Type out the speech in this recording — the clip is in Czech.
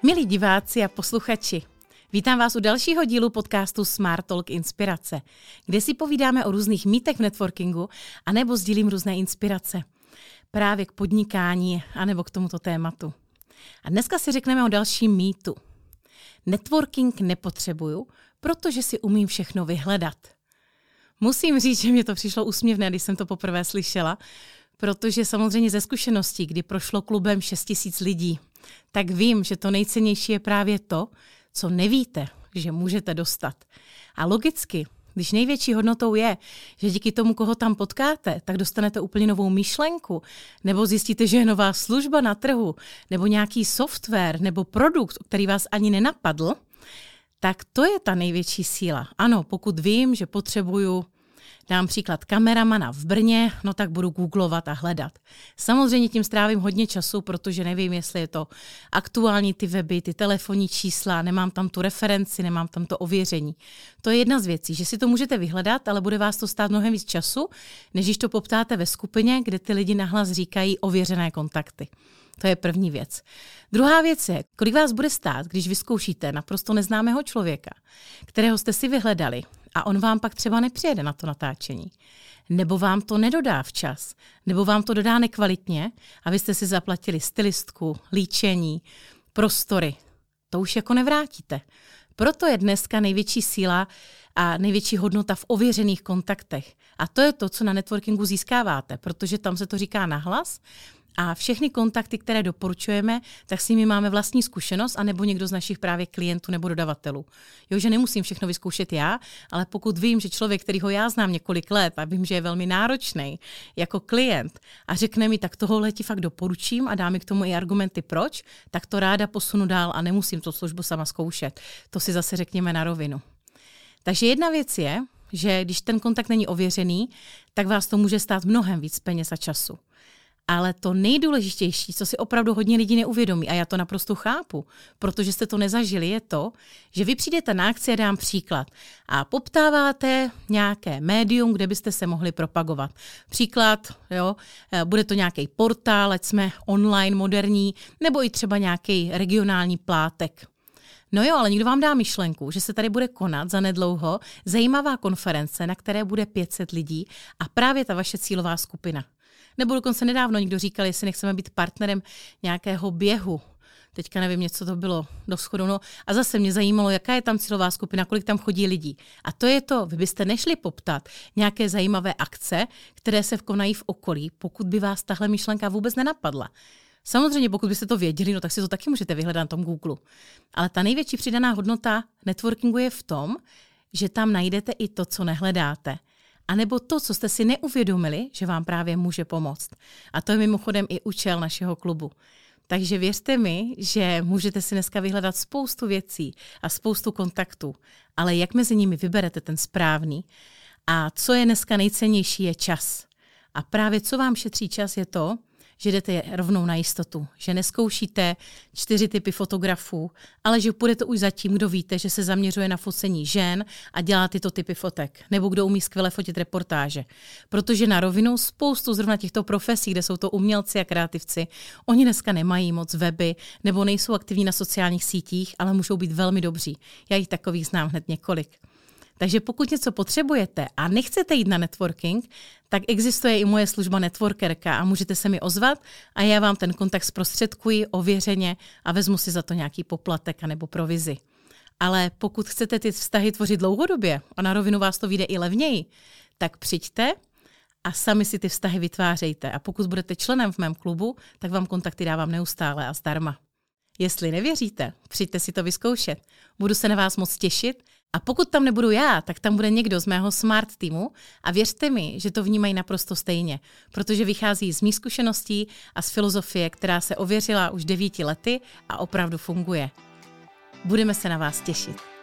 Milí diváci a posluchači, vítám vás u dalšího dílu podcastu Smart Talk Inspirace, kde si povídáme o různých mýtech v networkingu anebo sdílím různé inspirace právě k podnikání anebo k tomuto tématu. A dneska si řekneme o dalším mýtu. Networking nepotřebuju, protože si umím všechno vyhledat. Musím říct, že mě to přišlo úsměvné, když jsem to poprvé slyšela, protože samozřejmě ze zkušeností, kdy prošlo klubem 6 000 lidí, tak vím, že to nejcennější je právě to, co nevíte, že můžete dostat. A logicky, když největší hodnotou je, že díky tomu, koho tam potkáte, tak dostanete úplně novou myšlenku, nebo zjistíte, že je nová služba na trhu, nebo nějaký software, nebo produkt, který vás ani nenapadl, tak to je ta největší síla. Ano, pokud vím, že potřebuju, dám příklad kameramana v Brně, no tak budu googlovat a hledat. Samozřejmě tím strávím hodně času, protože nevím, jestli je to aktuální ty weby, ty telefonní čísla, nemám tam tu referenci, nemám tam to ověření. To je jedna z věcí, že si to můžete vyhledat, ale bude vás to stát mnohem víc času, než když to poptáte ve skupině, kde ty lidi nahlas říkají ověřené kontakty. To je první věc. Druhá věc je, kolik vás bude stát, když vyzkoušíte naprosto neznámého člověka, kterého jste si vyhledali a on vám pak třeba nepřijede na to natáčení. Nebo vám to nedodá včas, nebo vám to dodá nekvalitně a vy jste si zaplatili stylistku, líčení, prostory. To už jako nevrátíte. Proto je dneska největší síla a největší hodnota v ověřených kontaktech. A to je to, co na networkingu získáváte, protože tam se to říká nahlas. A všechny kontakty, které doporučujeme, tak s nimi máme vlastní zkušenost, anebo někdo z našich právě klientů nebo dodavatelů. Jo, že nemusím všechno vyzkoušet já, ale pokud vím, že člověk, kterýho já znám několik let a vím, že je velmi náročný jako klient a řekne mi, tak tohle ti fakt doporučím a dá mi k tomu i argumenty proč, tak to ráda posunu dál a nemusím tu službu sama zkoušet. To si zase řekněme na rovinu. Takže jedna věc je, že když ten kontakt není ověřený, tak vás to může stát mnohem víc peněz a času. Ale to nejdůležitější, co si opravdu hodně lidí neuvědomí, a já to naprosto chápu, protože jste to nezažili, je to, že vy přijdete na akci, a dám příklad, a poptáváte nějaké médium, kde byste se mohli propagovat. Příklad, jo, bude to nějaký portál, ať jsme online, moderní, nebo i třeba nějaký regionální plátek. No jo, ale někdo vám dá myšlenku, že se tady bude konat zanedlouho zajímavá konference, na které bude 500 lidí a právě ta vaše cílová skupina. Nebo dokonce nedávno někdo říkal, jestli nechceme být partnerem nějakého běhu. Teďka nevím, něco to bylo do schodu. No. A zase mě zajímalo, jaká je tam cílová skupina, kolik tam chodí lidí. A to je to, vy byste nešli poptat nějaké zajímavé akce, které se konají v okolí, pokud by vás tahle myšlenka vůbec nenapadla. Samozřejmě, pokud byste to věděli, no tak si to taky můžete vyhledat na tom Google. Ale ta největší přidaná hodnota networkingu je v tom, že tam najdete i to, co nehledáte. A nebo to, co jste si neuvědomili, že vám právě může pomoct. A to je mimochodem i účel našeho klubu. Takže věřte mi, že můžete si dneska vyhledat spoustu věcí a spoustu kontaktů, ale jak mezi nimi vyberete ten správný a co je dneska nejcennější, je čas. A právě co vám šetří čas je to, že jdete rovnou na jistotu, že neskoušíte 4 typy fotografů, ale že půjdete už za tím, kdo víte, že se zaměřuje na focení žen a dělá tyto typy fotek, nebo kdo umí skvěle fotit reportáže. Protože na rovinu spoustu zrovna těchto profesí, kde jsou to umělci a kreativci, oni dneska nemají moc weby, nebo nejsou aktivní na sociálních sítích, ale můžou být velmi dobří. Já jich takových znám hned několik. Takže pokud něco potřebujete a nechcete jít na networking, tak existuje i moje služba networkerka a můžete se mi ozvat a já vám ten kontakt zprostředkuji ověřeně a vezmu si za to nějaký poplatek anebo provizi. Ale pokud chcete ty vztahy tvořit dlouhodobě a na rovinu vás to vyjde i levněji, tak přijďte a sami si ty vztahy vytvářejte. A pokud budete členem v mém klubu, tak vám kontakty dávám neustále a zdarma. Jestli nevěříte, přijďte si to vyzkoušet. Budu se na vás moc těšit. A pokud tam nebudu já, tak tam bude někdo z mého smart týmu a věřte mi, že to vnímají naprosto stejně, protože vychází z mých zkušeností a z filozofie, která se ověřila už 9 lety a opravdu funguje. Budeme se na vás těšit.